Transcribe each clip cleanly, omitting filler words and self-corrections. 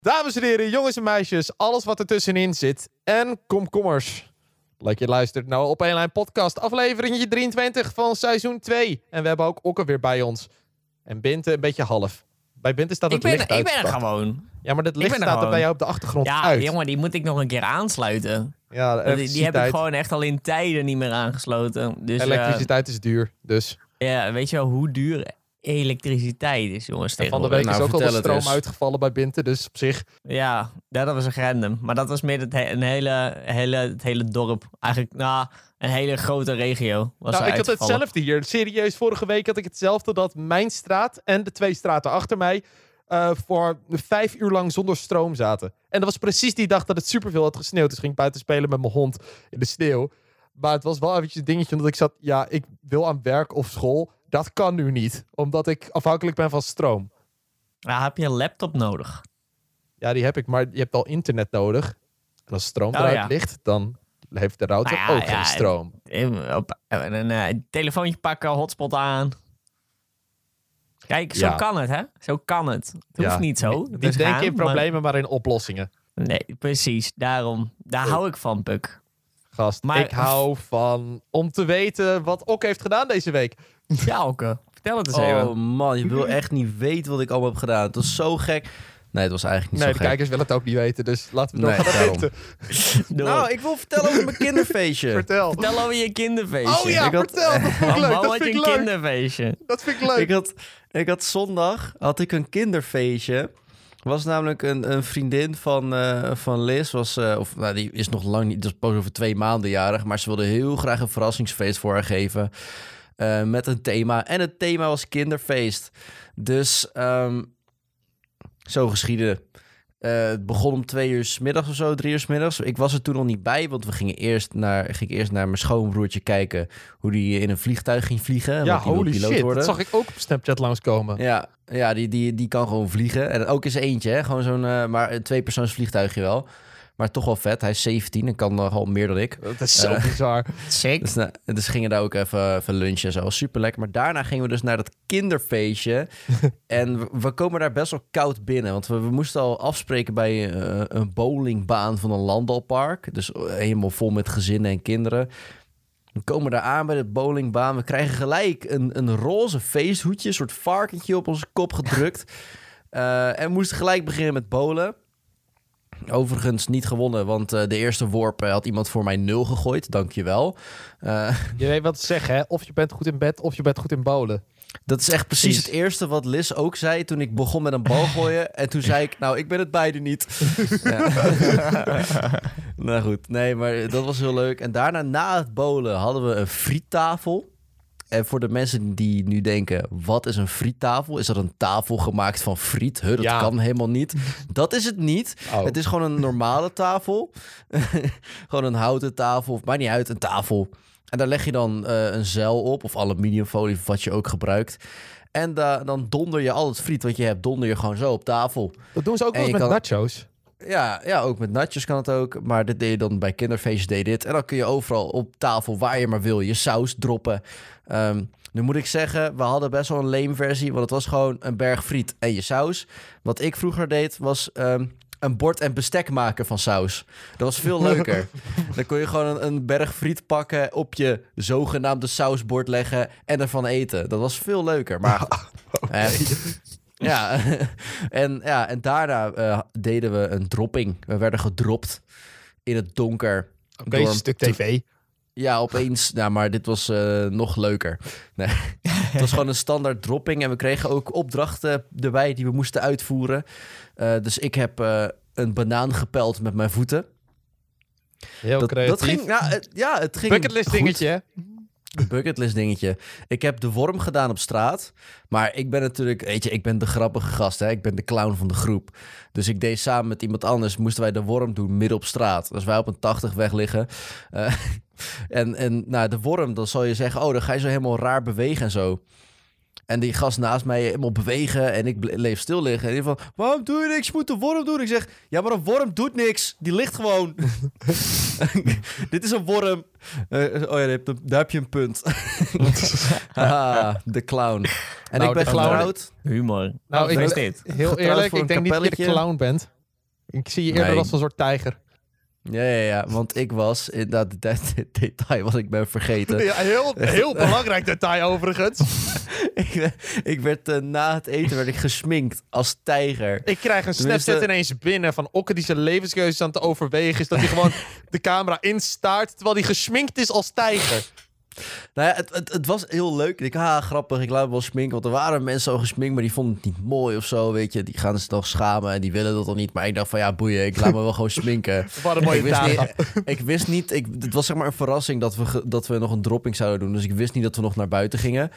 Dames en heren, jongens en meisjes, alles wat er tussenin zit en komkommers. Leuk je luistert naar Op 1 Lijn podcast, aflevering 23 van seizoen 2. En we hebben ook Okke weer bij ons. En Binte een beetje half. Bij Binte staat het licht uit. Ik ben er gewoon. Ja, maar dat licht staat er bij jou op de achtergrond uit. Ja, jongen, die moet ik nog een keer aansluiten. Ja, die heb ik gewoon echt al in tijden niet meer aangesloten. Dus, elektriciteit is duur, dus. Ja, weet je wel hoe duur elektriciteit is, jongens? En van de week is ook al de stroom uitgevallen bij Binte, dus op zich. Ja, dat was een random. Maar dat was meer het hele dorp. Eigenlijk, een hele grote regio. Was ik had hetzelfde hier. Serieus, vorige week had ik hetzelfde dat mijn straat en de 2 straten achter mij voor 5 uur lang zonder stroom zaten. En dat was precies die dag dat het superveel had gesneeuwd. Dus ging ik buiten spelen met mijn hond in de sneeuw. Maar het was wel eventjes een dingetje, omdat ik zat, ik wil aan werk of school. Dat kan nu niet, omdat ik afhankelijk ben van stroom. Heb je een laptop nodig? Ja, die heb ik, maar je hebt al internet nodig. En als stroom eruit ligt, dan heeft de router ook geen stroom. Een telefoontje pakken, hotspot aan. Kijk, zo kan het, hè? Zo kan het. Het hoeft niet zo. Niet denken in problemen, maar in oplossingen. Nee, precies. Daarom. Daar hou ik van, Puk. Gast, maar ik hou van om te weten wat Okke heeft gedaan deze week. Ja, Okke. Vertel het eens even. Oh man, je wil echt niet weten wat ik allemaal heb gedaan. Het was zo gek. Nee, het was eigenlijk niet zo gek. Nee, de kijkers willen het ook niet weten, dus laten we nog gaan weten. Nou, ik wil vertellen over mijn kinderfeestje. Vertel over je kinderfeestje. Oh ja, vertel. Dat vind ik leuk. Dat vind ik leuk. Kinderfeestje. Dat vind ik leuk. Ik had zondag een kinderfeestje. Was namelijk een vriendin van Liz. Die is nog lang niet, dus pas over 2 maanden jarig. Maar ze wilde heel graag een verrassingsfeest voor haar geven. Met een thema. En het thema was kinderfeest. Dus zo geschiedde. Het begon om 2 uur 's middags of zo, 3 uur 's middags. Ik was er toen nog niet bij, want we gingen eerst naar mijn schoonbroertje kijken hoe die in een vliegtuig ging vliegen. Ja, holy shit, dat zag ik ook op Snapchat langskomen. Ja, die kan gewoon vliegen. En ook eens eentje, hè? Gewoon zo'n maar een 2-persoons vliegtuigje wel. Maar toch wel vet. Hij is 17 en kan al meer dan ik. Dat is zo bizar. Sick. Dus gingen daar ook even lunchen en zo. Super lekker. Maar daarna gingen we dus naar dat kinderfeestje. En we komen daar best wel koud binnen. Want we moesten al afspreken bij een bowlingbaan van een landalpark. Dus helemaal vol met gezinnen en kinderen. We komen daar aan bij de bowlingbaan. We krijgen gelijk een roze feesthoedje. Een soort varkentje op onze kop gedrukt. En we moesten gelijk beginnen met bowlen. Overigens niet gewonnen, want de eerste worp had iemand voor mij 0 gegooid. Dankjewel. Je weet wat te zeggen, hè? Of je bent goed in bed, of je bent goed in bowlen. Dat is echt precies het eerste wat Liz ook zei toen ik begon met een bal gooien. En toen zei ik, ik ben het beide niet. Nou goed, nee, maar dat was heel leuk. En daarna, na het bowlen, hadden we een friettafel. En voor de mensen die nu denken, wat is een friettafel? Is dat een tafel gemaakt van friet? Dat kan helemaal niet. Dat is het niet. Oh. Het is gewoon een normale tafel. Gewoon een houten tafel, of maakt niet uit, een tafel. En daar leg je dan een zeil op, of aluminiumfolie, wat je ook gebruikt. En dan donder je al het friet wat je hebt, donder je gewoon zo op tafel. Dat doen ze ook wel eens met nachos. Ja, ook met nachos kan het ook. Maar dit deed je dan bij kinderfeestjes, deed dit. En dan kun je overal op tafel, waar je maar wil, je saus droppen. Nu moet ik zeggen, we hadden best wel een lame versie. Want het was gewoon een berg friet en je saus. Wat ik vroeger deed, was een bord en bestek maken van saus. Dat was veel leuker. Dan kon je gewoon een berg friet pakken, op je zogenaamde sausbord leggen en ervan eten. Dat was veel leuker. Maar en daarna deden we een dropping. We werden gedropt in het donker. Opeens een stuk tv. Ja, opeens. Maar dit was nog leuker. Nee. Het was gewoon een standaard dropping. En we kregen ook opdrachten erbij die we moesten uitvoeren. Dus ik heb een banaan gepeld met mijn voeten. Heel creatief. Het ging bucketlist dingetje, hè? Een bucketlist dingetje. Ik heb de worm gedaan op straat. Maar ik ben natuurlijk, ik ben de grappige gast. Hè? Ik ben de clown van de groep. Dus ik deed samen met iemand anders, moesten wij de worm doen midden op straat. Dus wij op een 80 weg liggen. En de worm, dan zal je zeggen, dan ga je zo helemaal raar bewegen en zo. En die gast naast mij helemaal bewegen en ik bleef stil liggen. En die van, waarom doe je niks? Je moet de worm doen. Ik zeg, ja, maar een worm doet niks. Die ligt gewoon. Dit is een worm. Daar heb je een punt. De clown. En ik ben getrouwd. Humor. Heel eerlijk, ik denk niet dat je de clown bent. Ik zie je eerder Nee. als een soort tijger. Ja, want ik was... Inderdaad, dit detail wat ik ben vergeten. Ja, heel belangrijk detail overigens. ik werd na het eten werd ik gesminkt als tijger. Ik krijg een Tenminste- Snapchat ineens binnen van Okke die zijn levenskeuzes aan het overwegen is. Dat hij gewoon de camera instaart terwijl hij gesminkt is als tijger. Nou ja, het was heel leuk. Ik dacht, grappig, ik laat me wel sminken. Want er waren mensen al gesminkt, maar die vonden het niet mooi of zo, weet je. Die gaan zich toch schamen en die willen dat dan niet. Maar ik dacht van, ja, boeien, ik laat me wel gewoon sminken. Wat een mooie Ik wist dagen. Ik wist niet, het was zeg maar een verrassing dat we nog een dropping zouden doen. Dus ik wist niet dat we nog naar buiten gingen.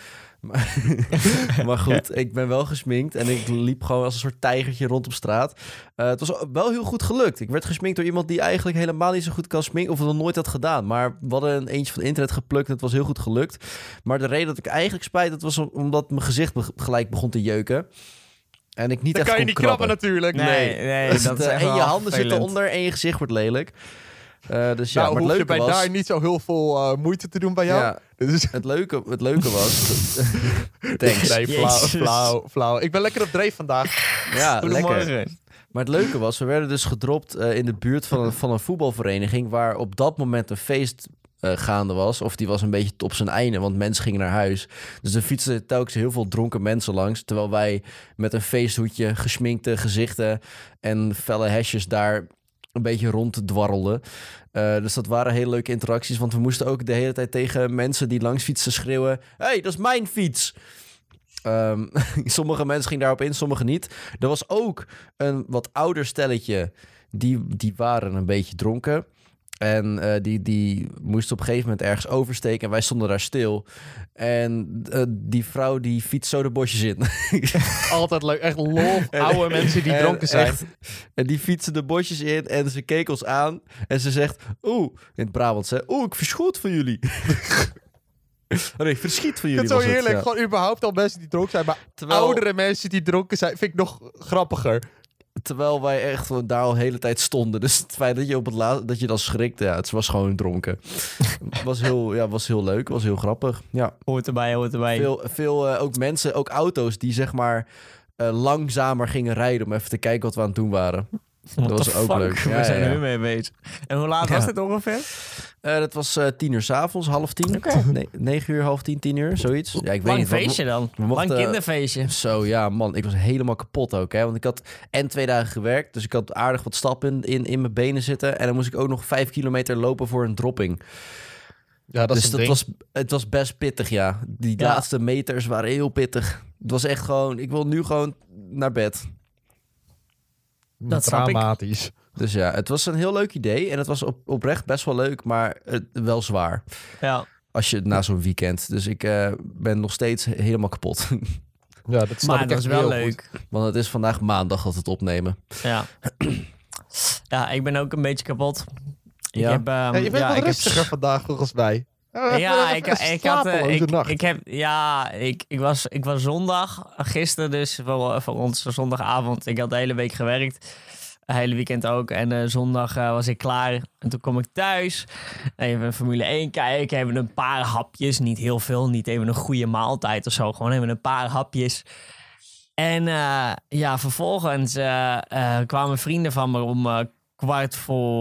Maar goed, ik ben wel gesminkt en ik liep gewoon als een soort tijgertje rond op straat. Het was wel heel goed gelukt. Ik werd gesminkt door iemand die eigenlijk helemaal niet zo goed kan sminken of het nog nooit had gedaan. Maar we hadden een eentje van internet geplukt en het was heel goed gelukt. Maar de reden dat ik eigenlijk spijt, dat was omdat mijn gezicht gelijk begon te jeuken. En ik niet Dan echt kan je kon niet krabben natuurlijk. Nee, Dus dat is echt en je wel handen zitten vervelend. onder en je gezicht wordt lelijk. Dus ja, Nou, maar hoef het je bij leuke was... daar niet zo heel veel moeite te doen bij jou. Ja, Dus... het leuke was... Thanks. Nee, Jezus. flauw. Ik ben lekker op dreef vandaag. Ja, lekker. Goedemorgen. Maar het leuke was, we werden dus gedropt in de buurt van een voetbalvereniging... waar op dat moment een feest gaande was. Of die was een beetje op zijn einde, want mensen gingen naar huis. Dus er fietsten telkens heel veel dronken mensen langs... terwijl wij met een feesthoedje, gesminkte gezichten... en felle hesjes daar een beetje rond dus dat waren hele leuke interacties... want we moesten ook de hele tijd tegen mensen die langs fietsen schreeuwen... Hey, dat is mijn fiets! Sommige mensen gingen daarop in, sommige niet. Er was ook een wat ouder stelletje. Die waren een beetje dronken. En die moesten op een gegeven moment ergens oversteken. En wij stonden daar stil. En die vrouw die fietst zo de bosjes in. Altijd leuk. Echt lol. Oude mensen die dronken zijn. Echt, en die fietsen de bosjes in. En ze keek ons aan. En ze zegt... Oeh, in het Brabants hè. Oeh, ik verschoot van jullie. Oh nee, verschiet van Ik jullie vind het zo was heerlijk. ja. Gewoon überhaupt al mensen die dronken zijn. Maar Terwijl- oudere mensen die dronken zijn, vind ik nog grappiger. Terwijl wij echt gewoon daar al de hele tijd stonden. Dus het feit dat je op het laatst dat je dan schrikte, ja, het was gewoon dronken. was heel leuk, was heel grappig. Ja, Hoort erbij. veel ook mensen, ook auto's die zeg maar langzamer gingen rijden om even te kijken wat we aan het doen waren. What Dat was the ook fuck? leuk. We Ja, zijn ja. er nu mee bezig. En hoe laat Ja. was dit ongeveer? Dat was 10:00 s'avonds, 9:30. Oké. 9:00, 9:30, 10:00, zoiets. Ja, ik weet Lang niet. feestje dan. we mochten- Lang kinderfeestje. Zo, ja, man. Ik was helemaal kapot ook, hè. Want ik had 2 dagen gewerkt. Dus ik had aardig wat stappen in mijn benen zitten. En dan moest ik ook nog 5 kilometer lopen voor een dropping. Ja, dat Dus is een ding. het was best pittig, ja. Die Ja. laatste meters waren heel pittig. Het was echt gewoon... Ik wil nu gewoon naar bed. Dat snap ik. Dramatisch. Dus ja, het was een heel leuk idee. En het was oprecht best wel leuk, maar wel zwaar. Ja. Als je na zo'n weekend... Dus ik ben nog steeds helemaal kapot. Ja, dat snap Maar ik dat is echt wel heel leuk. goed. Want het is vandaag maandag dat we het opnemen. Ja. Ja, ik ben ook een beetje kapot. Ik Ja. heb, Ja, je bent wel ik heb rustiger vandaag volgens mij. Ja, ik nacht. was zondag, gisteren dus, voor ons zondagavond. Ik had de hele week gewerkt. Het hele weekend ook. En zondag was ik klaar. En toen kom ik thuis. Even Formule 1 kijken. Even een paar hapjes. Niet heel veel. Niet even een goede maaltijd of zo. Gewoon even een paar hapjes. En ja, vervolgens kwamen vrienden van me om kwart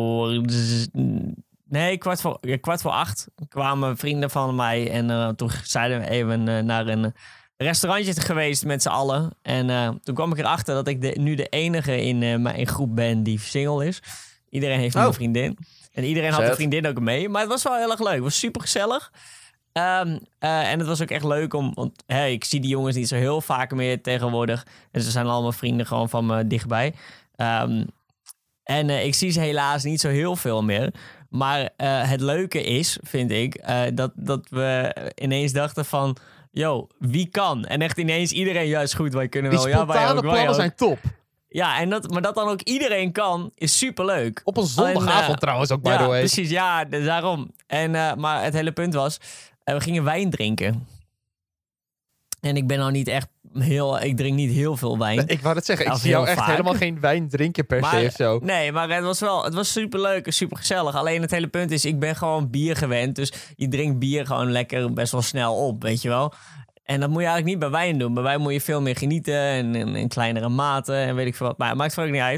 voor 8 kwamen vrienden van mij. En toen zeiden we even naar een restaurantje geweest met z'n allen. En toen kwam ik erachter dat ik nu de enige in mijn groep ben die single is. Iedereen heeft nu een vriendin. En iedereen had Zet. een vriendin ook mee. Maar het was wel heel erg leuk. Het was super gezellig. En het was ook echt leuk want ik zie die jongens niet zo heel vaak meer tegenwoordig. En ze zijn allemaal vrienden gewoon van me dichtbij. En ik zie ze helaas niet zo heel veel meer. Maar het leuke is, vind ik, dat we ineens dachten van... Yo, wie kan? En echt ineens iedereen, juist goed, wij kunnen Die wel. Ja, wij spontane ook, wij plannen ook. zijn top. Ja, maar dat dan ook iedereen kan, is superleuk. Op een zondagavond trouwens ook, by Ja, the way. precies. Ja, daarom. Maar het hele punt was, we gingen wijn drinken. En ik ben nou niet echt ik drink niet heel veel wijn. Ik wou het zeggen, ik Of zie jou heel echt vaak. helemaal geen wijn drinken per se of zo. Nee, maar het was superleuk en super gezellig. Alleen het hele punt is, ik ben gewoon bier gewend. Dus je drinkt bier gewoon lekker best wel snel op, weet je wel. En dat moet je eigenlijk niet bij wijn doen. Bij wijn moet je veel meer genieten en in kleinere maten en weet ik veel wat. Maar het maakt verder niet uit.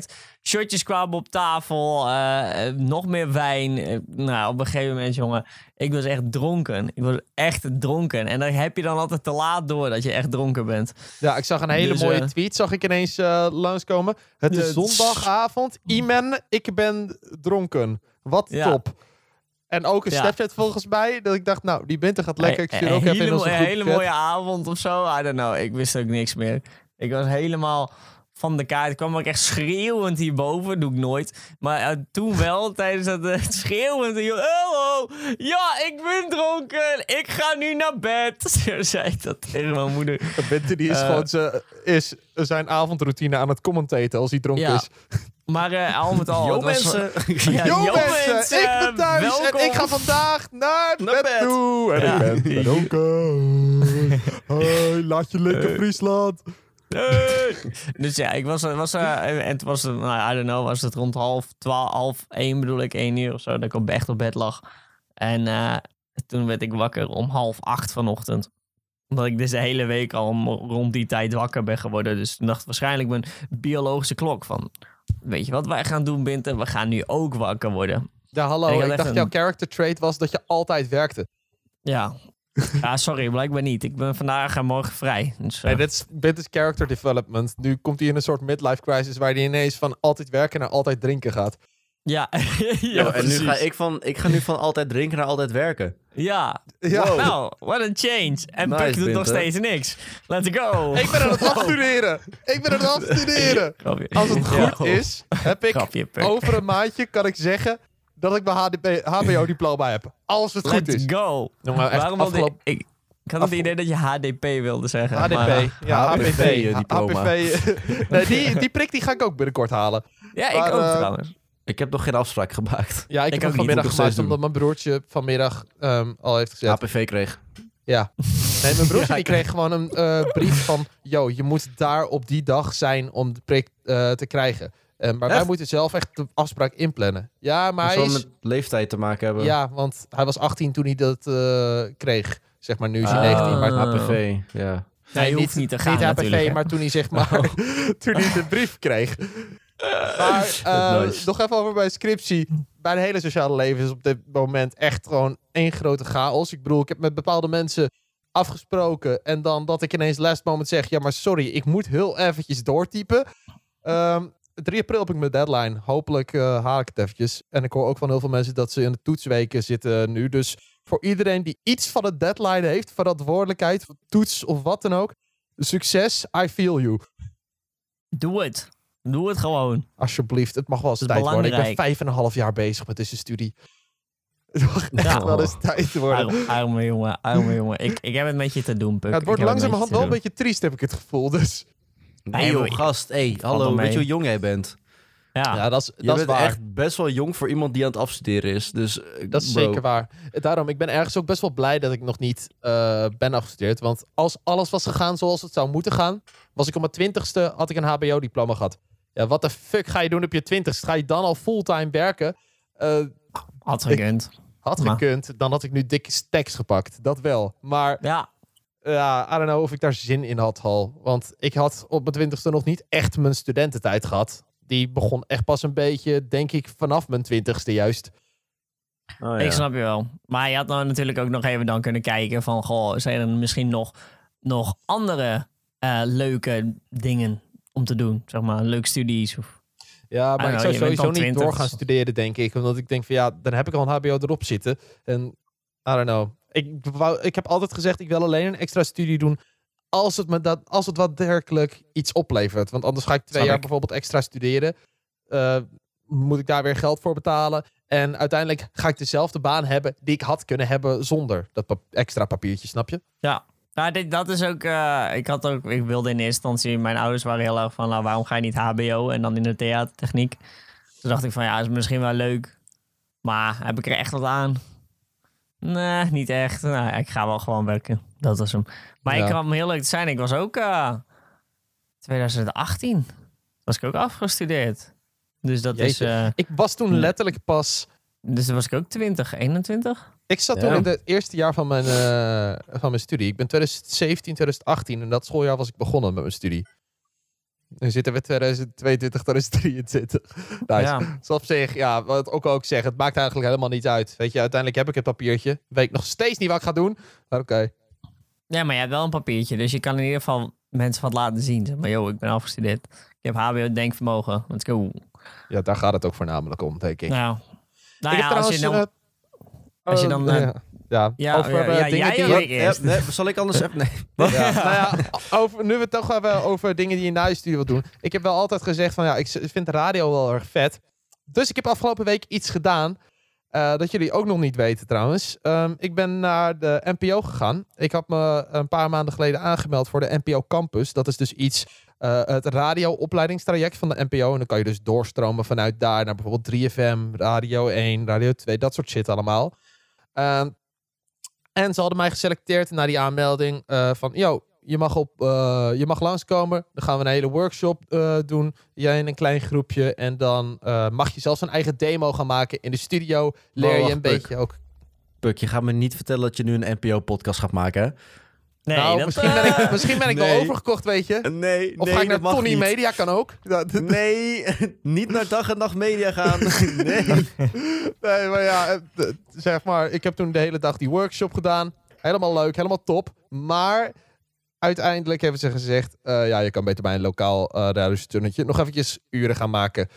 shotjes kwamen op tafel. Nog meer wijn. Nou, op een gegeven moment, jongen. Ik was echt dronken. Ik was echt dronken. En dan heb je dan altijd te laat door dat je echt dronken bent. Ja, ik zag een hele Dus, mooie tweet. Zag ik ineens langskomen. Het is zondagavond. Iman, ik ben dronken. Wat top. En ook een Snapchat volgens mij. Dat ik dacht, nou, die Binte gaat lekker. Ik stuur ook even in onze groep. Een hele mooie avond of zo. I don't know. Ik wist ook niks meer. Ik was helemaal van de kaart. Ik kwam ook echt schreeuwend hierboven. Doe ik nooit. Maar toen wel, tijdens dat schreeuwend. Hallo, ja, ik ben dronken. Ik ga nu naar bed. Zo zei ik dat tegen mijn moeder. Binte die is gewoon zijn avondroutine aan het commentaten als hij dronken is. Maar al met al... Yo mensen! Yo mensen, ik ben thuis welkom. en ik ga vandaag naar bed toe. En ik ben dronken. Hoi, laat je lekker Friesland. Nee. Dus ja, ik was en het was, nou, I don't know, was het rond 1:30 bedoel ik, 1 uur of zo, dat ik echt op bed lag. En toen werd ik wakker om 7:30 vanochtend. Omdat ik dus de hele week al rond die tijd wakker ben geworden. Dus toen dacht waarschijnlijk mijn biologische klok van... Weet je wat wij gaan doen, Binte? We gaan nu ook wakker worden. Ja, hallo. Ik dacht jouw character trait was dat je altijd werkte. Ja. Ja, sorry, blijkbaar niet. Ik ben vandaag en morgen vrij. Dus, nee, dit is Binte's character development. Nu komt hij in een soort midlife crisis waar hij ineens van altijd werken naar altijd drinken gaat. Ja, en nu ga nu van altijd drinken naar altijd werken. Ja. Wow. Nou, what a change. En Nice, Puk doet nog Binte. steeds niks. Let's go. Ik ben aan het afstuderen. Als het goed is, heb ik Grapje, Puk. over een maandje kan ik zeggen dat ik mijn HBO-diploma heb. Als het goed is. Let's go. Jongen, echt Waarom wilde afgelopen... ik had het idee dat je HDP wilde zeggen. HDP. Maar, Ja, HPV, HPV. diploma. Nee, die prik die ga ik ook binnenkort halen. ja, Maar, ik ook trouwens. Ik heb nog geen afspraak gemaakt. Ja, ik heb ook hem niet. vanmiddag Moet ik nog gemaakt steeds omdat mijn broertje vanmiddag al heeft gezegd. HPV kreeg. Ja. Nee, mijn broertje die kreeg gewoon een brief van... Yo, je moet daar op die dag zijn om de prik te krijgen. Maar wij moeten zelf echt de afspraak inplannen. Ja, maar Dat hij zal is... met leeftijd te maken hebben. Ja, want hij was 18 toen hij dat kreeg. Zeg maar, nu is hij 19. Maar HPV, ja. Nee, je hoeft niet te gaan Niet natuurlijk. HPV, Hè? maar toen hij zeg maar... toen hij de brief kreeg. Maar Nice. nog even over mijn scriptie. Mijn hele sociale leven is op dit moment echt gewoon één grote chaos. Ik bedoel, ik heb met bepaalde mensen afgesproken. En dan dat ik ineens last moment zeg... Ja, maar sorry, ik moet heel eventjes doortypen. 3 april heb ik mijn deadline. Hopelijk haal ik het eventjes. En ik hoor ook van heel veel mensen dat ze in de toetsweken zitten nu. Dus voor iedereen die iets van het deadline heeft... verantwoordelijkheid, toets of wat dan ook... Succes, I feel you. Doe het. Doe het gewoon. Alsjeblieft, het mag wel eens Het is tijd worden. Ik belangrijk. ben 5,5 jaar bezig met deze studie. Het mag echt wel eens tijd worden. Arme jongen. Ik heb het met je te doen, Puk. Ja, het wordt Ik heb langzamerhand met wel je een te beetje triest, heb ik het gevoel. Dus Nee joh, gast. Hey, hallo. wel Weet mee. je hoe jong jij bent? doen. Ja. ja, dat Je is bent waar. echt best wel jong voor iemand die aan het afstuderen is. Dus, Dat is bro. zeker waar. Daarom, ik ben ergens ook best wel blij dat ik nog niet ben afgestudeerd. Want als alles was gegaan zoals het zou moeten gaan... was ik op mijn 20ste, had ik een HBO-diploma gehad. Ja, wat de fuck ga je doen op je 20ste? Ga je dan al fulltime werken? Had gekund. Had Maar- gekund, dan had ik nu dikke stacks gepakt. Dat wel. Maar Ja. ja, I don't know of ik daar zin in had al. Want ik had op mijn 20ste nog niet echt mijn studententijd gehad. Die begon echt pas een beetje, denk ik, vanaf mijn 20ste juist. Oh, ja. Ik snap je wel. Maar je had nou natuurlijk ook nog even dan kunnen kijken van... Goh, zijn er misschien nog andere leuke dingen om te doen? Zeg maar, leuke studies of... Ja, maar I ik know, zou je bent sowieso al niet 20, door gaan dus- studeren, denk ik. Omdat ik denk van ja, dan heb ik al een HBO erop zitten. En I don't know. Ik heb altijd gezegd, ik wil alleen een extra studie doen als het wat dergelijk iets oplevert. Want anders ga ik 2 Snap jaar ik. bijvoorbeeld extra studeren. Moet ik daar weer geld voor betalen. En uiteindelijk ga ik dezelfde baan hebben die ik had kunnen hebben zonder dat extra papiertje, snap je? Ja. Nou, dat is ook... ik wilde in eerste instantie... Mijn ouders waren heel erg van... Nou, waarom ga je niet HBO en dan in de theatertechniek? Toen dacht ik van... Ja, is misschien wel leuk. Maar heb ik er echt wat aan? Nee, niet echt. Nou, ik ga wel gewoon werken. Dat was hem. Maar Ja. ik kwam heel leuk te zijn. Ik was ook... 2018 was ik ook afgestudeerd. Dus dat Jeetje. is... Ik was toen letterlijk pas... dus dan was ik ook 2021. Ik zat Ja. toen in het eerste jaar van mijn studie. Ik ben 2017, 2018 en dat schooljaar was ik begonnen met mijn studie. Nu zitten we 2022, 2023. Nice. Ja. Dus op zich, ja, wat ik ook zeg, het maakt eigenlijk helemaal niet uit. Weet je, uiteindelijk heb ik het papiertje. Weet ik nog steeds niet wat ik ga doen. Maar oké. Ja, maar je hebt wel een papiertje. Dus je kan in ieder geval mensen wat laten zien. Zeg maar, yo, ik ben afgestudeerd. Ik heb HBO-denkvermogen. Let's go. Ja, daar gaat het ook voornamelijk om, denk ik. Nou ik heb ja, als je dan... over dingen die... ik eerst. Nee, zal ik anders even... Nee. Ja, nou ja, nu we het toch hebben over dingen die je na je studie wilt doen. Ik heb wel altijd gezegd van ja, ik vind de radio wel erg vet. Dus ik heb afgelopen week iets gedaan. Dat jullie ook nog niet weten trouwens. Ik ben naar de NPO gegaan. Ik had me een paar maanden geleden aangemeld voor de NPO Campus. Dat is dus iets, het radioopleidingstraject van de NPO. En dan kan je dus doorstromen vanuit daar naar bijvoorbeeld 3FM, Radio 1, Radio 2, dat soort shit allemaal. En ze hadden mij geselecteerd naar die aanmelding van... Yo, je mag langskomen. Dan gaan we een hele workshop doen. Jij in een klein groepje. En dan mag je zelfs een eigen demo gaan maken in de studio. Leer je een beetje ook... Puk, je gaat me niet vertellen dat je nu een NPO-podcast gaat maken, hè? Nee, nou, misschien ben ik wel overgekocht, weet je. Nee, Of ga ik naar Tony Media, kan ook. Nee, niet naar Dag en Nacht Media gaan. Nee. Nee, maar ja, zeg maar, ik heb toen de hele dag die workshop gedaan. Helemaal leuk, helemaal top. Maar uiteindelijk hebben ze gezegd... ja, je kan beter bij een lokaal radiostationetje nog eventjes uren gaan maken.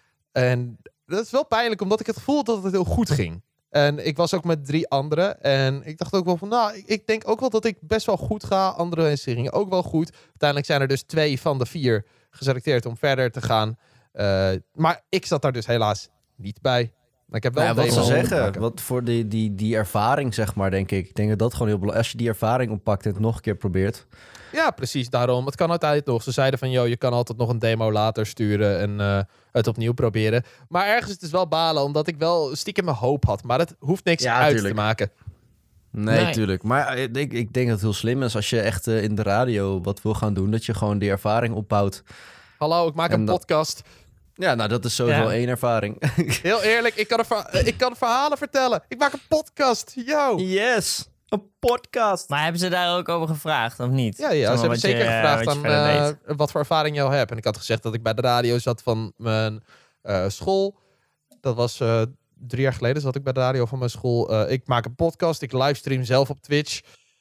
En dat is wel pijnlijk, omdat ik het gevoel had dat het heel goed ging. En ik was ook met 3 anderen. En ik dacht ook wel van, nou, ik denk ook wel dat ik best wel goed ga. Andere mensen gingen ook wel goed. Uiteindelijk zijn er dus 2 van de 4 geselecteerd om verder te gaan. Maar ik zat daar dus helaas niet bij. Maar ik heb wel wat ze demo zeggen, maken. wat voor die ervaring, zeg maar, denk ik. Ik denk dat dat gewoon heel belangrijk is. Als je die ervaring oppakt en het nog een keer probeert. Ja, precies daarom. Het kan altijd nog. Ze zeiden van, je kan altijd nog een demo later sturen en het opnieuw proberen. Maar ergens is het dus wel balen, omdat ik wel stiekem mijn hoop had. Maar het hoeft niks uit te maken. Nee, tuurlijk. Maar ik denk dat het heel slim is als je echt in de radio wat wil gaan doen. Dat je gewoon die ervaring opbouwt. Hallo, ik maak een podcast. Ja, nou, dat is sowieso 1 ervaring. Heel eerlijk, ik kan verhalen vertellen. Ik maak een podcast. Yo! Yes! Een podcast! Maar hebben ze daar ook over gevraagd, of niet? Ja, ze hebben zeker gevraagd aan wat voor ervaring je al hebt. En ik had gezegd dat ik bij de radio zat van mijn school. Dat was 3 jaar geleden zat ik bij de radio van mijn school. Ik maak een podcast, ik livestream zelf op Twitch.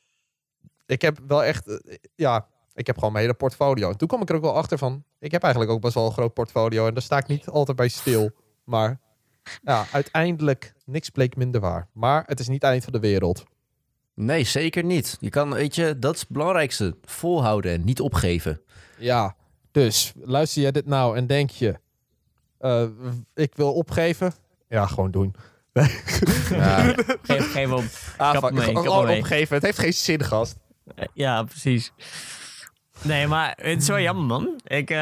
Ik heb wel echt... ik heb gewoon mijn hele portfolio. En toen kwam ik er ook wel achter van... Ik heb eigenlijk ook best wel een groot portfolio. En daar sta ik niet altijd bij stil. Maar ja, uiteindelijk niks bleek minder waar. Maar het is niet het eind van de wereld. Nee, zeker niet. Je kan, weet je, dat is het belangrijkste. Volhouden en niet opgeven. Ja, dus luister jij dit nou en denk je... ik wil opgeven? Ja, gewoon doen. Ja. Geef op. Kap mee. Gewoon opgeven. Het heeft geen zin, gast. Ja, precies. Nee, maar het is wel jammer, man.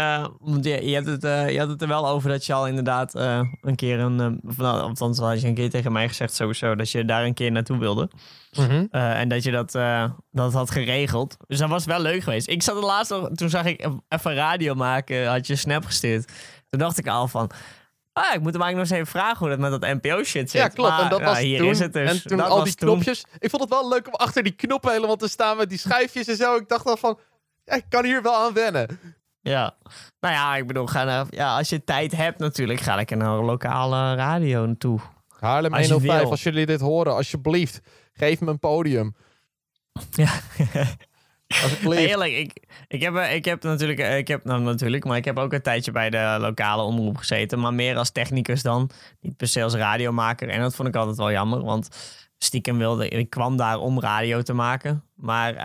Je had het er wel over dat je al inderdaad een keer althans had je een keer tegen mij gezegd sowieso dat je daar een keer naartoe wilde. Mm-hmm. En dat je dat had geregeld. Dus dat was wel leuk geweest. Ik zat er laatst nog, toen zag ik even radio maken, had je een snap gestuurd. Toen dacht ik al van... ik moet hem eigenlijk nog eens even vragen hoe dat met dat NPO-shit zit. Ja, klopt. Maar, en dat was hier toen. is het dus. En toen dat al was die knopjes. Ik vond het wel leuk om achter die knoppen helemaal te staan met die schuifjes en zo. Ik dacht dan van, ja, ik kan hier wel aan wennen. Ja. Nou ja, ik bedoel, als je tijd hebt natuurlijk, ga ik naar een lokale radio naartoe. Haarlem Als je 105, wil. als jullie dit horen, alsjeblieft, geef me een podium. Ja. Alsjeblieft. Eerlijk, ik heb ook een tijdje bij de lokale omroep gezeten. Maar meer als technicus dan. Niet per se als radiomaker. En dat vond ik altijd wel jammer. Want stiekem ik kwam daar om radio te maken. Maar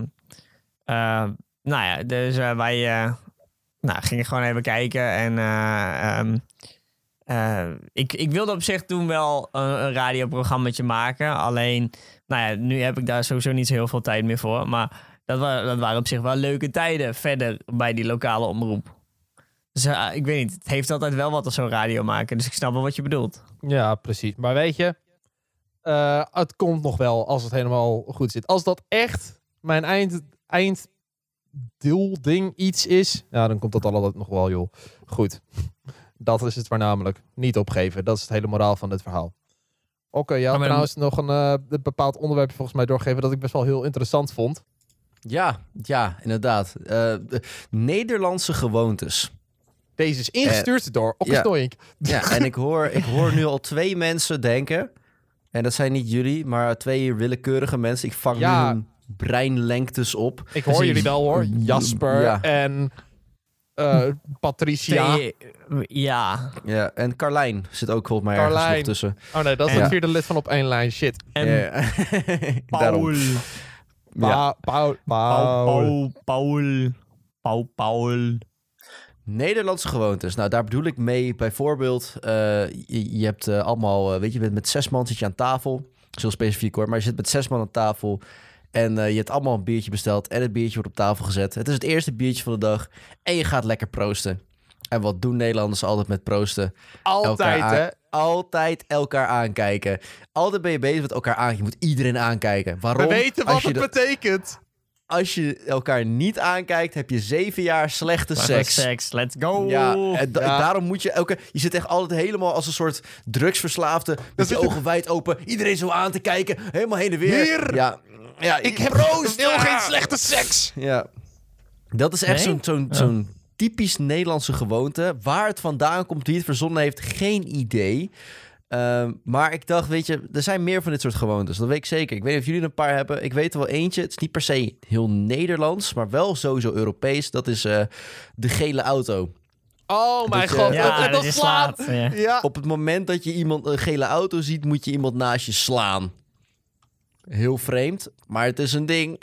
dus wij gingen gewoon even kijken. En ik wilde op zich toen wel een radioprogrammaatje maken. Alleen, nu heb ik daar sowieso niet zo heel veel tijd meer voor. Maar dat waren op zich wel leuke tijden verder bij die lokale omroep. Dus ik weet niet, het heeft altijd wel wat als zo'n radio maken. Dus ik snap wel wat je bedoelt. Ja, precies. Maar weet je, het komt nog wel als het helemaal goed zit. Als dat echt mijn einddeel-ding iets is, ja, dan komt dat altijd nog wel, joh. Goed. Dat is het voornamelijk. Niet opgeven. Dat is het hele moraal van dit verhaal. Oké, ja, trouwens nog een bepaald onderwerp volgens mij doorgeven dat ik best wel heel interessant vond. Ja, inderdaad. De Nederlandse gewoontes. Deze is ingestuurd door Okkesnoink. Ja, en ik hoor nu al 2 mensen denken... en dat zijn niet jullie, maar 2 willekeurige mensen. Ik vang nu hun breinlengtes op. Ik hoor jullie wel hoor. Jasper en Patricia. Ja. Ja, en Carlijn zit ook volgens mij ergens nog tussen. Oh nee, dat is het 4e lid van Op 1 Lijn. Shit. En Paul. Paul. Nederlandse gewoontes. Nou, daar bedoel ik mee bijvoorbeeld... je hebt allemaal... weet je, met 6 man zit je aan tafel. Zo specifiek hoor. Maar je zit met 6 man aan tafel... En je hebt allemaal een biertje besteld... en het biertje wordt op tafel gezet. Het is het eerste biertje van de dag... en je gaat lekker proosten. En wat doen Nederlanders altijd met proosten? Altijd, hè? Altijd elkaar aankijken. Altijd ben je bezig met elkaar aan. Je moet iedereen aankijken. Waarom? We weten wat het betekent. Als je elkaar niet aankijkt, heb je 7 jaar slechte seks. Let's go. Ja, en daarom moet je je zit echt altijd helemaal als een soort drugsverslaafde... met je ogen wijd open, iedereen zo aan te kijken... helemaal heen en weer. Hier! Ja, ik wil geen slechte seks. Ja, dat is echt zo'n typisch Nederlandse gewoonte. Waar het vandaan komt, wie het verzonnen heeft, geen idee. Maar ik dacht, weet je, er zijn meer van dit soort gewoontes. Dat weet ik zeker. Ik weet niet of jullie er een paar hebben. Ik weet er wel eentje. Het is niet per se heel Nederlands, maar wel sowieso Europees. Dat is de gele auto. Oh mijn god, dat slaat. Ja. Op het moment dat je een gele auto ziet, moet je iemand naast je slaan. Heel vreemd, maar het is een ding.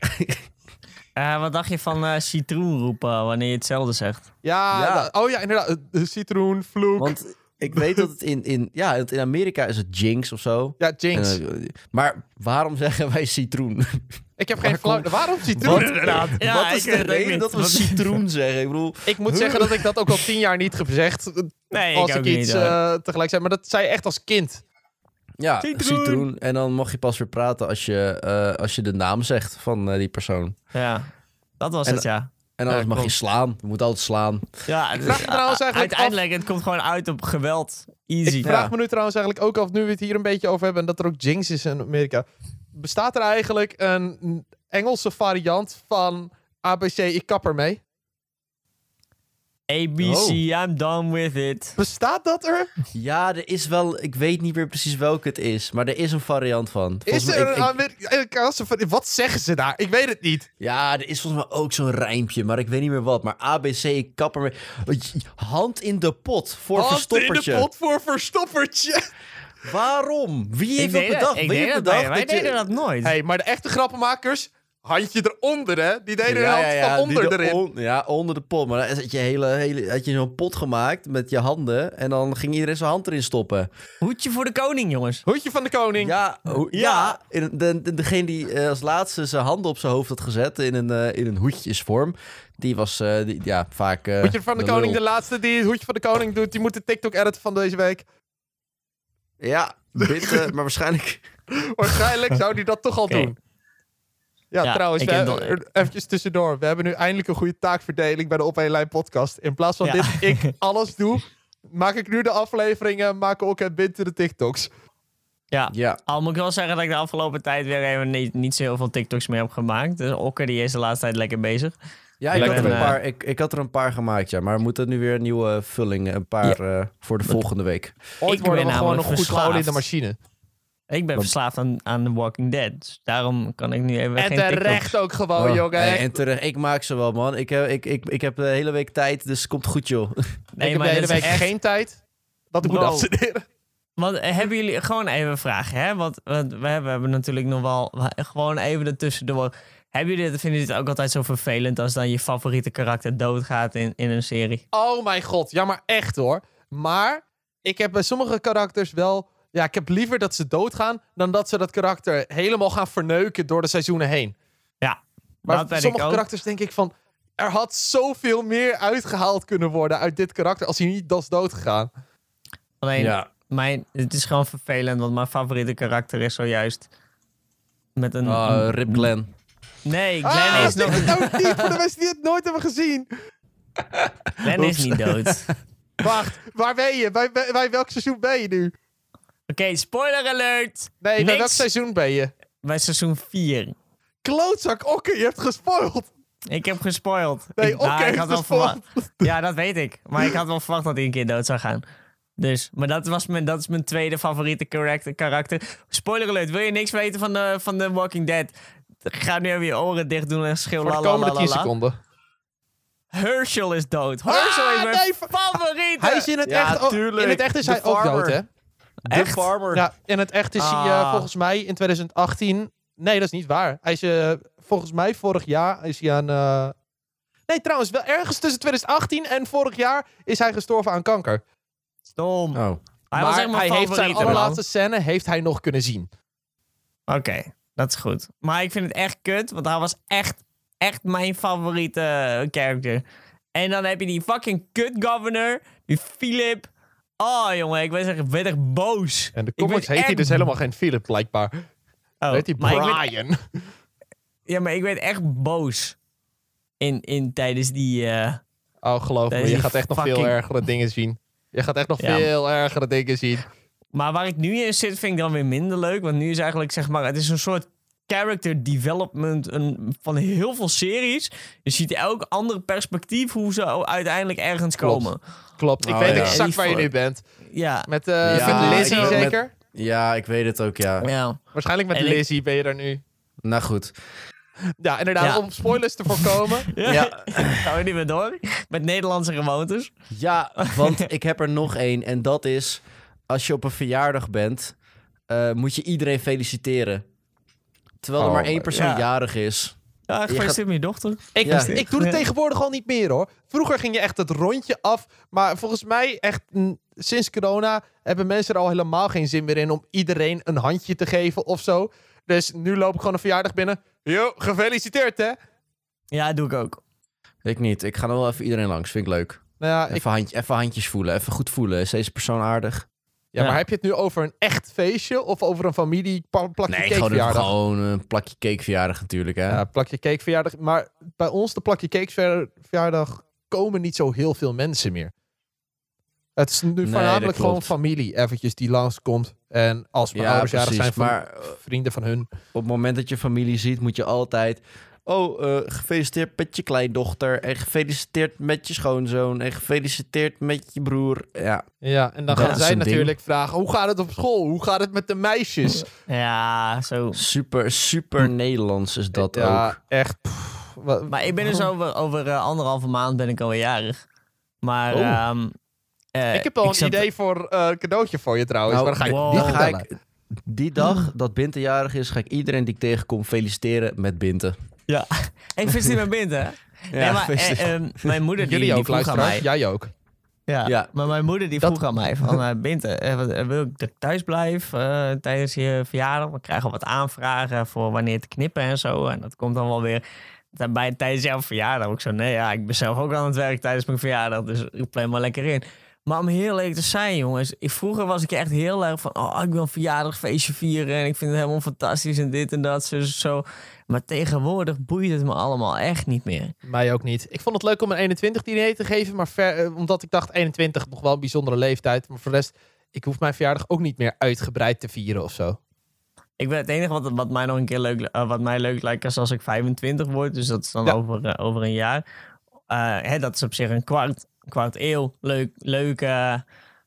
Wat dacht je van citroen roepen wanneer je hetzelfde zegt? Ja. Oh ja, inderdaad. Citroen, vloek. Want ik weet dat het in Amerika is het jinx of zo. Ja, jinx. Maar waarom zeggen wij citroen? Ik heb geen flauw... Waarom citroen? Wat is de reden dat we citroen zeggen? Ik bedoel... Ik moet zeggen dat ik dat ook al 10 jaar niet heb gezegd. Nee, als ik iets tegelijk zei. Maar dat zei je echt als kind. Ja, citroen. En dan mag je pas weer praten als je de naam zegt van die persoon. Ja, dat was het, ja. En anders mag je slaan. Je moet altijd slaan. Ja, uiteindelijk, het komt gewoon uit op geweld. Easy. Ik vraag me nu trouwens eigenlijk ook af, nu we het hier een beetje over hebben... en dat er ook jinx is in Amerika. Bestaat er eigenlijk een Engelse variant van ABC, ik kap ermee? ABC, I'm done with it. Bestaat dat er? Ja, er is wel... Ik weet niet meer precies welke het is. Maar er is een variant van. Is er een Amerikaanse... Wat zeggen ze daar? Ik weet het niet. Ja, er is volgens mij ook zo'n rijmpje. Maar ik weet niet meer wat. Maar ABC, ik kap ermee. Hand in de pot voor verstoppertje. Hand in de pot voor verstoppertje. Waarom? Wie heeft dat bedacht? Wij deden dat nooit. Hey, maar de echte grappenmakers... Handje eronder, hè? Die deden hun hand van onder erin. Onder de pot. Maar dan had je zo'n pot gemaakt met je handen... en dan ging iedereen zijn hand erin stoppen. Hoedje voor de koning, jongens. Hoedje van de koning. Ja. Degene die als laatste zijn handen op zijn hoofd had gezet... in een hoedjesvorm... die was vaak Hoedje van de koning, de laatste die het hoedje van de koning doet... die moet de TikTok editen van deze week. Ja, maar waarschijnlijk... Waarschijnlijk zou die dat toch al doen. Ja, trouwens, eventjes tussendoor. We hebben nu eindelijk een goede taakverdeling bij de Op 1 Lijn podcast. In plaats van ik alles doe, maak ik nu de afleveringen, maken ook het binnen de TikToks. Ja. Al moet ik wel zeggen dat ik de afgelopen tijd weer even niet zo heel veel TikToks meer heb gemaakt. Dus Okker die is de laatste tijd lekker bezig. Ja, ik had er een paar gemaakt, ja. Maar we moeten nu weer een nieuwe vulling. Een paar voor de volgende week. Ooit worden we gewoon nog goed gehouden in de machine. Ik ben verslaafd aan The Walking Dead. Dus daarom kan ik nu even en geen TikToks. En terecht ook gewoon, jongen. En terecht, ik maak ze wel, man. Ik heb de hele week tijd, dus het komt goed, joh. Nee, ik heb de hele week geen tijd. Dat ik moet afstuderen. Want hebben jullie gewoon even een vraag, hè? Want we hebben natuurlijk nog wel gewoon even ertussendoor. Vinden jullie het ook altijd zo vervelend als dan je favoriete karakter doodgaat in een serie? Oh mijn god, ja, maar echt hoor. Maar ik heb bij sommige karakters wel... Ja, ik heb liever dat ze doodgaan dan dat ze dat karakter helemaal gaan verneuken door de seizoenen heen. Ja, maar sommige karakters denk ik van... Er had zoveel meer uitgehaald kunnen worden uit dit karakter als hij niet was doodgegaan. Alleen, het is gewoon vervelend, want mijn favoriete karakter is zojuist met een... Rip Glenn. Nee, Glenn is nog... Nou niet, voor de mensen die het nooit hebben gezien. Glenn is niet dood. Wacht, waar ben je? Bij welk seizoen ben je nu? Oké, spoiler alert! Nee, bij welk seizoen ben je? Bij seizoen 4. Klootzak, Okke, je hebt gespoild. Ik heb gespoild. Nee, ik heeft had wel gespoild. verwacht. Ja, dat weet ik. Maar ik had wel verwacht dat hij een keer dood zou gaan. Dus, maar dat is mijn tweede favoriete karakter. Spoiler alert, wil je niks weten van The Walking Dead? Ga nu even je oren dicht doen en schreeuw Voor de la la komende la 10 la. seconden. Herschel is dood. Herschel is mijn favoriete. Hij is in het Ja, echt... tuurlijk. In het echt is De hij ook farmer. dood, hè? De farmer. Ja, in het echt is hij Ah. volgens mij in 2018... Nee, dat is niet waar. Hij is volgens mij vorig jaar is hij aan... Nee, trouwens, wel ergens tussen 2018 en vorig jaar is hij gestorven aan kanker. Stom. Oh. Hij was echt Maar mijn hij heeft zijn favoriete, man. allerlaatste scène heeft hij nog kunnen zien. Oké, dat is goed. Maar ik vind het echt kut, want hij was echt mijn favoriete character. En dan heb je die fucking kut governor, die Philip. Oh, jongen, ik werd echt boos. En de Ik comics werd heet hij echt- dus helemaal geen Philip, blijkbaar. Oh, Heet hij maar Brian. maar ik werd echt boos tijdens die... Oh, geloof me, Deze je gaat echt nog veel fucking- ergere dingen zien. Je gaat echt nog Ja. veel ergere dingen zien. Maar waar ik nu in zit, vind ik dan weer minder leuk. Want nu is eigenlijk, zeg maar, het is een soort character development van heel veel series. Je ziet elk ander perspectief hoe ze uiteindelijk ergens Klopt. komen. Klopt, ik Oh, weet ja. exact Die waar je voor- nu bent. Ja, Met, Ja, met Lizzie ik- zeker? Ja, ik weet het ook, ja. ja. Waarschijnlijk met En ik- Lizzie ben je daar nu. Nou goed. Ja, inderdaad, Ja. om spoilers te voorkomen. Ja. Gaan we niet meer door? Met Nederlandse gewoontes. Ja, want ik heb er nog één. En dat is, als je op een verjaardag bent, moet je iedereen feliciteren. Terwijl er Oh, maar één persoon ja. jarig is. Ja, gefeliciteerd gaat- met je dochter. Ik doe het tegenwoordig al niet meer, hoor. Vroeger ging je echt het rondje af. Maar volgens mij, echt sinds corona, hebben mensen er al helemaal geen zin meer in om iedereen een handje te geven of zo. Dus nu loop ik gewoon een verjaardag binnen. Yo, gefeliciteerd, hè? Ja, doe ik ook. Ik niet. Ik ga nog wel even iedereen langs. Vind ik leuk. Nou ja, Even handjes voelen. Even goed voelen. Is deze persoon aardig? ja, maar Ja. heb je het nu over een echt feestje of over een familie plakje Nee, cakeverjaardag? gewoon een plakje cakeverjaardag natuurlijk, hè? Ja, plakje cakeverjaardag. Maar bij ons, de plakje cakeverjaardag, komen niet zo heel veel mensen meer. Het is nu dat voornamelijk klopt. gewoon familie eventjes die langskomt. En als mijn Ja, ouders jarig precies. zijn van Maar vrienden van hun. op het moment dat je familie ziet, moet je altijd... gefeliciteerd met je kleindochter. En gefeliciteerd met je schoonzoon. En gefeliciteerd met je broer. Ja, Ja, en dan Dat gaan is zij een ding. natuurlijk vragen, hoe gaat het op school? Hoe gaat het met de meisjes? Ja, zo. super Nederlands is dat ja, ook. echt. Maar ik ben dus over 1,5 maand ben ik alweer jarig. Maar... Oh. Ik heb wel een zat- idee voor een cadeautje voor je trouwens. Nou, maar dan ga ik wow. niet Dan ga vertellen. ik, die dag dat Binte jarig is, ga ik iedereen die ik tegenkom feliciteren met Binte. Ja. Ik vind het met Bint, hè? Nee, maar mijn moeder die Jullie ook, vroeg aan luisteraars. mij... Jij ook. Ja, Ja. maar mijn moeder die vroeg aan mij van... Binte, wil ik dat ik thuis blijf tijdens je verjaardag? We krijgen wat aanvragen voor wanneer te knippen en zo. En dat komt dan wel weer tijdens jouw verjaardag. Ik zo, nee, ja, ik ben zelf ook aan het werk tijdens mijn verjaardag. Dus ik plan maar lekker in. Maar om heel eerlijk te zijn, jongens. Vroeger was ik echt heel erg van... Oh, ik wil een verjaardagfeestje vieren. En ik vind het helemaal fantastisch en dit en dat. Zo. Maar tegenwoordig boeit het me allemaal echt niet meer. Mij ook niet. Ik vond het leuk om een 21 diner te geven. Maar omdat ik dacht 21 nog wel een bijzondere leeftijd. Maar voor de rest, ik hoef mijn verjaardag ook niet meer uitgebreid te vieren of zo. Ik ben het enige wat mij nog een keer leuk lijkt is als ik 25 word. Dus dat is dan Ja. over een jaar. Dat is op zich een kwart eeuw. Leuke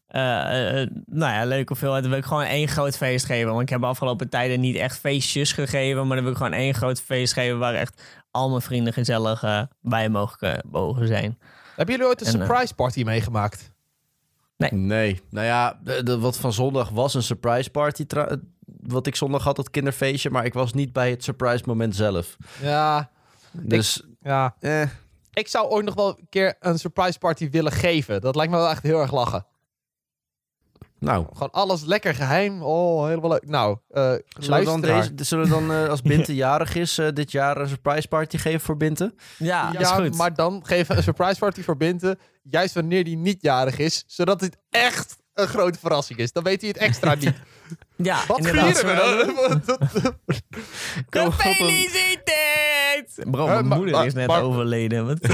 hoeveelheid. Dan wil ik gewoon één groot feest geven. Want ik heb de afgelopen tijden niet echt feestjes gegeven. Maar dan wil ik gewoon één groot feest geven waar echt al mijn vrienden gezellig bij mogen zijn. Hebben jullie ooit een En, surprise party meegemaakt? Nee. Nou ja, wat van zondag was een surprise party. Wat ik zondag had, dat kinderfeestje. Maar ik was niet bij het surprise moment zelf. Ja. Dus, Ja. Ik zou ooit nog wel een keer een surprise party willen geven. Dat lijkt me wel echt heel erg lachen. nou... Gewoon alles lekker geheim. Oh, helemaal leuk. Nou, Zullen we dan als Binte jarig is, dit jaar een surprise party geven voor Binte? Ja, dat is Ja, goed. maar dan geven we een surprise party voor Binte. Juist wanneer die niet jarig is. Zodat het echt een grote verrassing is. Dan weet hij het extra niet. Ja, Wat inderdaad. vieren we dan? Gefeliciteerd! Bro, mijn maar- moeder is net maar- overleden. Wat,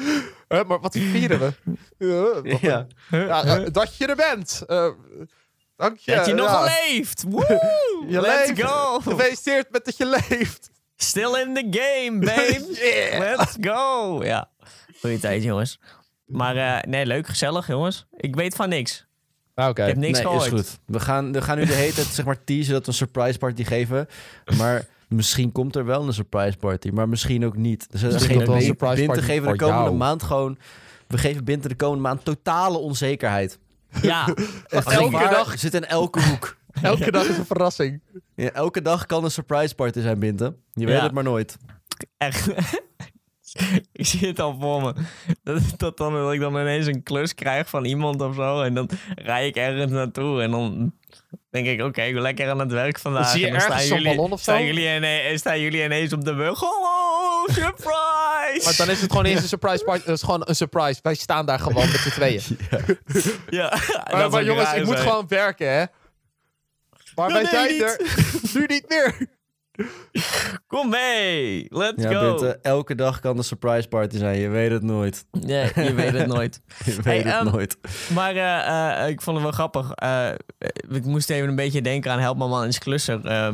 Maar wat vieren we? Ja. Ja, dat je er bent. Dank je. Dat je nog ja. leeft. Woe! Je Let's leeft. go. Gefeliciteerd met dat je leeft. Still in the game, babe. Yeah. Let's go. Ja, goeie tijd, jongens. Maar nee, leuk, gezellig, jongens. Ik weet van niks. Oké. Ik heb niks Nee, gehoord. is goed. We gaan nu de hele tijd zeg maar teasen dat we een surprise party geven. Maar misschien komt er wel een surprise party. Maar misschien ook niet. Dus Misschien komt wel een surprise Binten party geven de voor komende jou. maand gewoon... We geven Binten de komende maand totale onzekerheid. Ja, Elke dag. Zit in elke hoek. Elke dag is een verrassing. Ja, elke dag kan een surprise party zijn, Binten. Je weet Ja. het maar nooit. echt. Ik zie het al voor me. Dat ik dan ineens een klus krijg van iemand of zo. En dan rij ik ergens naartoe. En dan denk ik, oké, ik ben lekker aan het werk vandaag. Dan zie je En dan ergens zo'n ballon of zo? Staan jullie ineens op de weg. Hallo, surprise! Maar dan is het gewoon eens een surprise party. Dat is gewoon een surprise. Wij staan daar gewoon met z'n tweeën. Ja, Maar jongens, ik moet gewoon werken, hè. Maar wij nee, zijn niet. er nu niet meer. Kom mee, let's Ja, go. Binten, elke dag kan een surprise party zijn. Je weet het nooit. Nee, je weet het nooit. Je weet Hey, het nooit. Maar ik vond het wel grappig. Ik moest even een beetje denken aan Help Me Man is Klusser.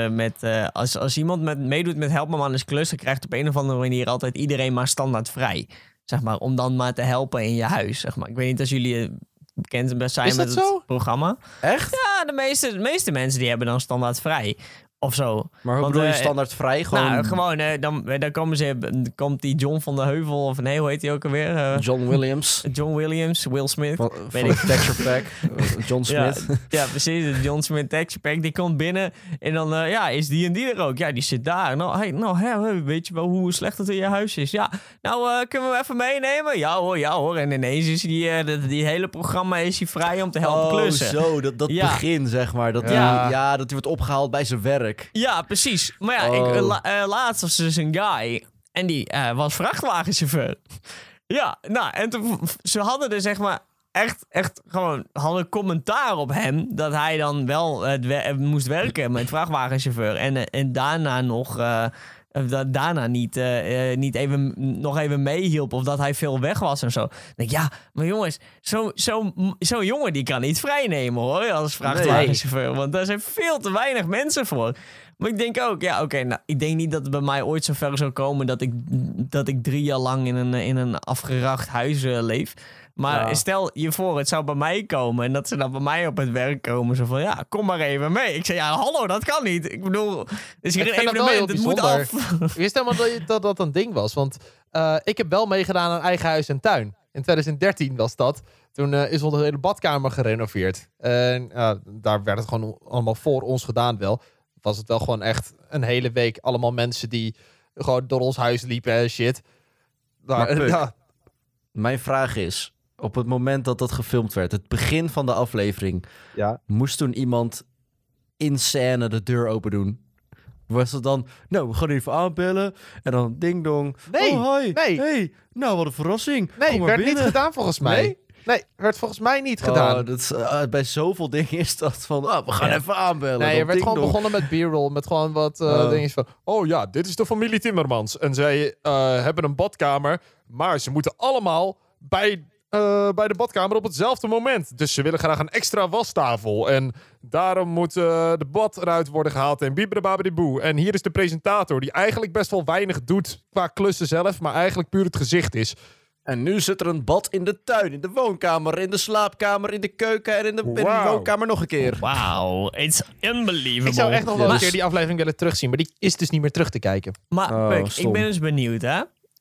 Als iemand meedoet met Help Me Man is Klusser, krijgt op een of andere manier altijd iedereen maar standaard vrij. Zeg maar, om dan maar te helpen in je huis. Zeg maar. Ik weet niet of jullie bekend zijn Is met dat het zo? programma. Echt? Ja, de meeste mensen die hebben dan standaard vrij. Of zo. Maar hoe Want, bedoel je standaard vrij? Gewoon Nou, gewoon, dan komt die John van de Heuvel, of nee, hoe heet hij ook alweer? John Williams. John Williams, Will Smith. Van weet ik. Texture Pack. John Smith. Ja, precies. De John Smith Texture Pack. Die komt binnen en dan is die en die er ook. Ja, die zit daar. Weet je wel hoe slecht het in je huis is? Ja, kunnen we even meenemen? Ja hoor. En ineens is die hele programma is hij vrij om te helpen klussen. Zo, dat Ja. begin, zeg maar. Dat Ja. dat hij wordt opgehaald bij zijn werk. Ja, precies. Maar ja, Oh. laatst was dus een guy en die was vrachtwagenchauffeur. Ja, nou, en ze hadden er zeg maar echt gewoon hadden commentaar op hem dat hij dan wel moest werken met vrachtwagenchauffeur en daarna nog daarna niet nog even meehielp of dat hij veel weg was en zo. Dan denk ik, ja, maar jongens, zo'n jongen die kan niet vrijnemen hoor, als vrachtwagenchauffeur, want daar zijn veel te weinig mensen voor. Maar ik denk ook, ik denk niet dat het bij mij ooit zo ver zou komen dat ik 3 jaar lang in een afgeracht huis leef. Maar stel je voor, het zou bij mij komen en dat ze dan bij mij op het werk komen. Zo van, ja, kom maar even mee. Ik zei, ja, hallo, dat kan niet. Ik bedoel, het is hier een evenement, het moet af. Ik wist helemaal dat dat een ding was. Want ik heb wel meegedaan aan eigen huis en tuin. In 2013 was dat. Toen is onze hele badkamer gerenoveerd. En daar werd het gewoon allemaal voor ons gedaan wel. Was het wel gewoon echt een hele week allemaal mensen die gewoon door ons huis liepen en shit. Maar Puk, Ja. Mijn vraag is, op het moment dat dat gefilmd werd, het begin van de aflevering, Ja. moest toen iemand in scène de deur open doen? Was het dan, nou, we gaan even aanbellen en dan ding dong. Nee, Oh, hi. nee. Hey, nou, wat een verrassing. Nee, Kom maar werd niet binnen. gedaan volgens mij. Nee, werd volgens mij niet gedaan. Oh, dat is, bij zoveel dingen is dat van, we gaan even aanbellen. Nee, dan er werd ding gewoon dong. begonnen met b-roll. Met gewoon wat dingen van... Oh ja, dit is de familie Timmermans. En zij hebben een badkamer. Maar ze moeten allemaal bij de badkamer op hetzelfde moment. Dus ze willen graag een extra wastafel. En daarom moet de bad eruit worden gehaald. En biebedababediboe. En hier is de presentator. Die eigenlijk best wel weinig doet qua klussen zelf. Maar eigenlijk puur het gezicht is. En nu zit er een bad in de tuin, in de woonkamer, in de slaapkamer, in de keuken en in de Wauw. woonkamer nog een keer. Wauw, it's unbelievable. Ik zou echt nog wel Ja, een dus- keer die aflevering willen terugzien. Maar die is dus niet meer terug te kijken. Maar Oh, Puk, ik stom. ben dus benieuwd, hè.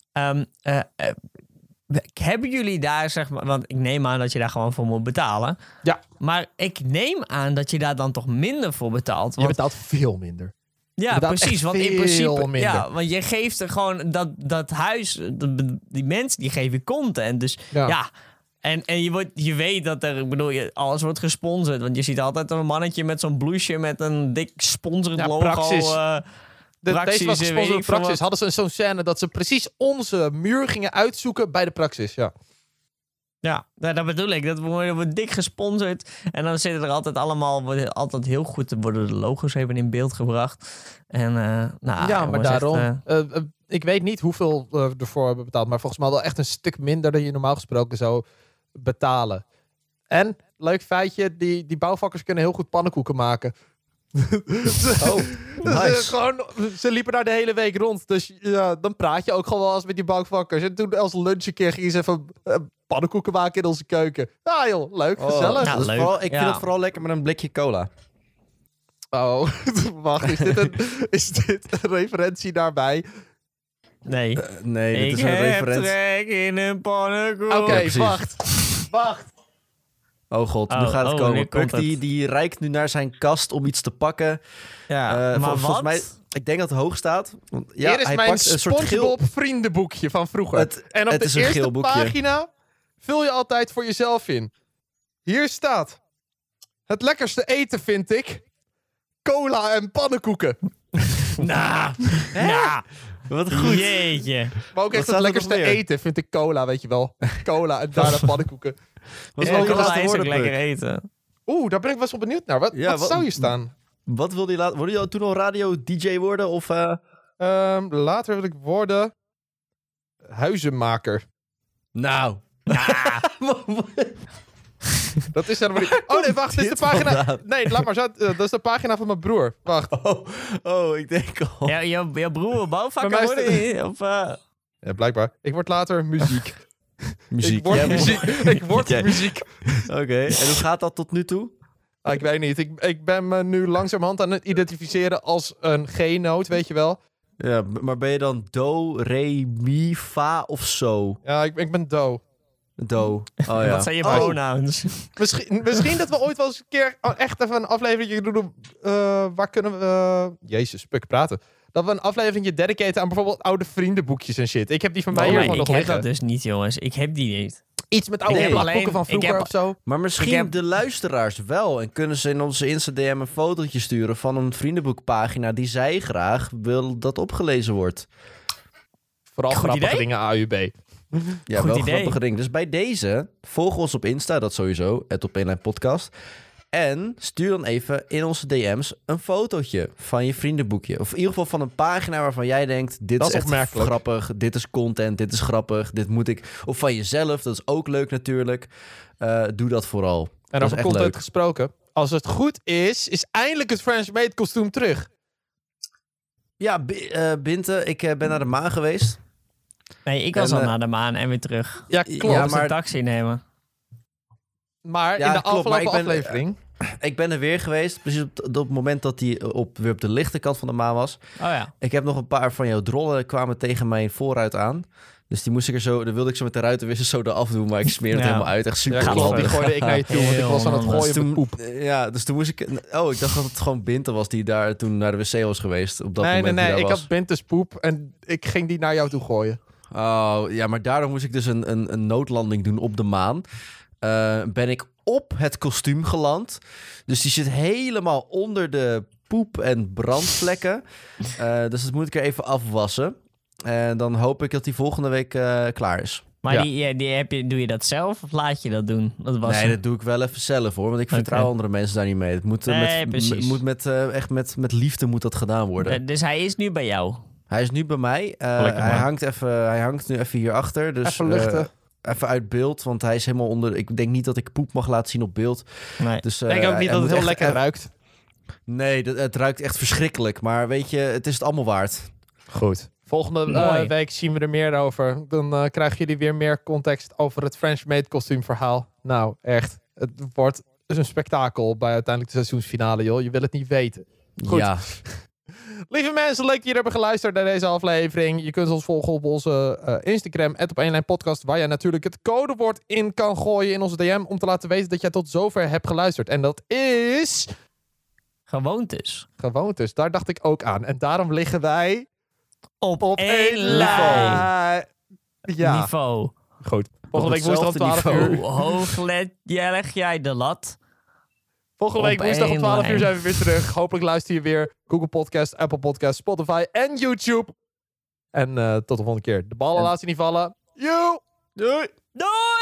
Hebben jullie daar, zeg maar... Want ik neem aan dat je daar gewoon voor moet betalen. Ja. Maar ik neem aan dat je daar dan toch minder voor betaalt. Je Want, betaalt veel minder. ja, betaalt precies. echt Want in veel principe... minder. Ja, want je geeft er gewoon dat huis... Die mensen, die geven content. Dus ja... En je weet dat er, ik bedoel, alles wordt gesponsord. Want je ziet altijd een mannetje met zo'n blouseje met een dik sponsored Ja, logo. Praxis. Praxis, Deze was weet gesponsord ik door veel Praxis. wat. Hadden ze zo'n scène dat ze precies onze muur gingen uitzoeken bij de Praxis. Ja. Ja, dat bedoel ik. Dat wordt dik gesponsord. En dan zitten er altijd altijd heel goed, worden de logo's even in beeld gebracht. En, Maar jongens, daarom. echt, Ik weet niet hoeveel we ervoor hebben betaald. Maar volgens mij wel echt een stuk minder dan je normaal gesproken zou betalen. En, leuk feitje, die bouwvakkers kunnen heel goed pannenkoeken maken. Oh, nice. Ze liepen daar de hele week rond. Dus ja, dan praat je ook gewoon wel eens met die bouwvakkers. En toen als lunch een keer gingen ze even pannenkoeken maken in onze keuken. Ja joh, leuk, gezellig. Ja, Dat is leuk. vooral, ik vind Ja. het vooral lekker met een blikje cola. Oh, wacht, is dit een referentie daarbij? Nee. Nee, dit Ik is een heb referentie. trek in een pannenkoek. Oké, precies. wacht. Oh god, nu Oh, gaat het oh, komen. nu komt Puck het. die reikt nu naar zijn kast om iets te pakken. Ja, maar Volgens wat? mij, ik denk dat het hoog staat. Want, ja, Hier is hij mijn pakt een soort geel... SpongeBob vriendenboekje van vroeger. En op het de is een eerste geel boekje. pagina vul je altijd voor jezelf in. Hier staat: het lekkerste eten vind ik cola en pannenkoeken. Nou, Wat goed. jeetje. Maar ook Wat echt het staat er lekkerste nog meer? eten vind ik cola, weet je wel. Cola en daarna pannenkoeken. Wat Ja, wil je cola laten is ook worden, lekker Puck? eten. Oeh, daar ben ik wel eens wel benieuwd naar. Ja, wat wat- zou hier staan? Wat wilde je laten... Wilde je toen al radio-dj worden? Of... Later wil ik worden huizenmaker. Nou. Dat is helemaal niet... Oh nee, wacht, dit is de dit pagina... vandaan? Nee, laat maar. Dat is de pagina van mijn broer. Wacht. Oh, ik denk al. Ja, jouw broer wil bouwvakker Bij mij is worden? Of, Ja, blijkbaar. Ik word later muziek. Muziek. Ik word Jij- muziek. Ik word Jij- muziek. Oké, en hoe gaat dat tot nu toe? Ik weet niet. Ik ben me nu langzamerhand aan het identificeren als een G-noot, weet je wel. Ja, maar ben je dan do, re, mi, fa of zo? Ja, ik ben Do. Do. Oh ja. Wat zijn je Oh, pronouns? Misschien dat we ooit wel eens een keer echt even een aflevering doen. Waar kunnen we... Jezus, Puk praten. Dat we een aflevering dedicaten aan bijvoorbeeld oude vriendenboekjes en shit. Ik heb die van mij Oh, hier maar gewoon ik nog heb liggen. dat dus niet, jongens. Ik heb die niet. Iets met oude Ik heb plakboeken alleen- van vroeger ik heb- of zo. Maar misschien Ik heb- de luisteraars wel. En kunnen ze in onze Insta-DM een fotootje sturen van een vriendenboekpagina die zij graag wil dat opgelezen wordt. Vooral Goed grappige idee. dingen AUB. Ja, Goed wel idee. grappige dingen. Dus bij deze, volg ons op Insta, dat sowieso, het op één podcast. En stuur dan even in onze DM's een fotootje van je vriendenboekje. Of in ieder geval van een pagina waarvan jij denkt, dit Dat is is echt opmerkelijk. grappig, dit is content, dit is grappig, dit moet ik... Of van jezelf, dat is ook leuk natuurlijk. Doe dat vooral. En Dat is over echt content leuk. gesproken. Als het goed is eindelijk het French Made kostuum terug. Ja, Binte, ik ben naar de maan geweest. Nee, ik was En, al naar de maan en weer terug. Ja, klopt. Ja, Dus maar- een taxi nemen. Maar Ja, in de klopt, maar afgelopen ik ben- aflevering... Ik ben er weer geweest, precies op het moment dat hij weer op de lichte kant van de maan was. Oh ja. Ik heb nog een paar van jouw drollen kwamen tegen mijn vooruit aan. Dus die moest ik dan wilde ik zo met de ruitenwisser zo eraf doen, maar ik smeer het Ja. helemaal uit. Echt super Ja, klopt. onhandig. Die gooide ik naar je toe, want ik was aan het Heel gooien Dus met toen, poep. ja, dus toen moest ik... Oh, ik dacht dat het gewoon Binte was die daar toen naar de wc was geweest. Op dat Nee, moment die ik daar was. had Bintes poep en ik ging die naar jou toe gooien. Oh, ja, maar daardoor moest ik dus een noodlanding doen op de maan. Ben ik op het kostuum geland. Dus die zit helemaal onder de poep- en brandvlekken. Dus dat moet ik er even afwassen. En dan hoop ik dat die volgende week klaar is. Maar Ja. doe je dat zelf of laat je dat doen? Dat was Nee, dat doe ik wel even zelf hoor. Want ik vertrouw Oké. andere mensen daar niet mee. Het moet, Nee, precies. echt met liefde moet dat gedaan worden. Dus hij is nu bij jou. Hij is nu bij mij. Lekker, man. Hij hangt nu even hierachter. Dus, Even luchten. even uit beeld, want hij is helemaal onder... Ik denk niet dat ik poep mag laten zien op beeld. Nee. Dus, Ik denk ook niet hij dat het moet heel echt lekker even- ruikt. Nee, het ruikt echt verschrikkelijk. Maar weet je, het is het allemaal waard. Goed. Volgende Mooi. week zien we er meer over. Dan krijgen jullie weer meer context over het French Made kostuumverhaal. Nou, echt. Het wordt een spektakel bij uiteindelijk de seizoensfinale, joh. Je wil het niet weten. Goed. Ja. Lieve mensen, leuk dat jullie hebben geluisterd naar deze aflevering. Je kunt ons volgen op onze Instagram, @op1lijnpodcast, waar jij natuurlijk het codewoord in kan gooien in onze DM om te laten weten dat jij tot zover hebt geluisterd. En dat is Gewoontes. gewoontes. Daar dacht ik ook aan. En daarom liggen wij Op op één één lijn. lijn. Ja, Niveau. goed. Volgende week woensdag om hetzelfde 12 uur. Hoe hoog leg jij de lat? Volgende week Op woensdag om één 12 uur lijn. zijn we weer terug. Hopelijk luister je weer Google Podcast, Apple Podcast, Spotify en YouTube. En tot de volgende keer. De ballen laat ze niet vallen. Yo! Doei! Doei!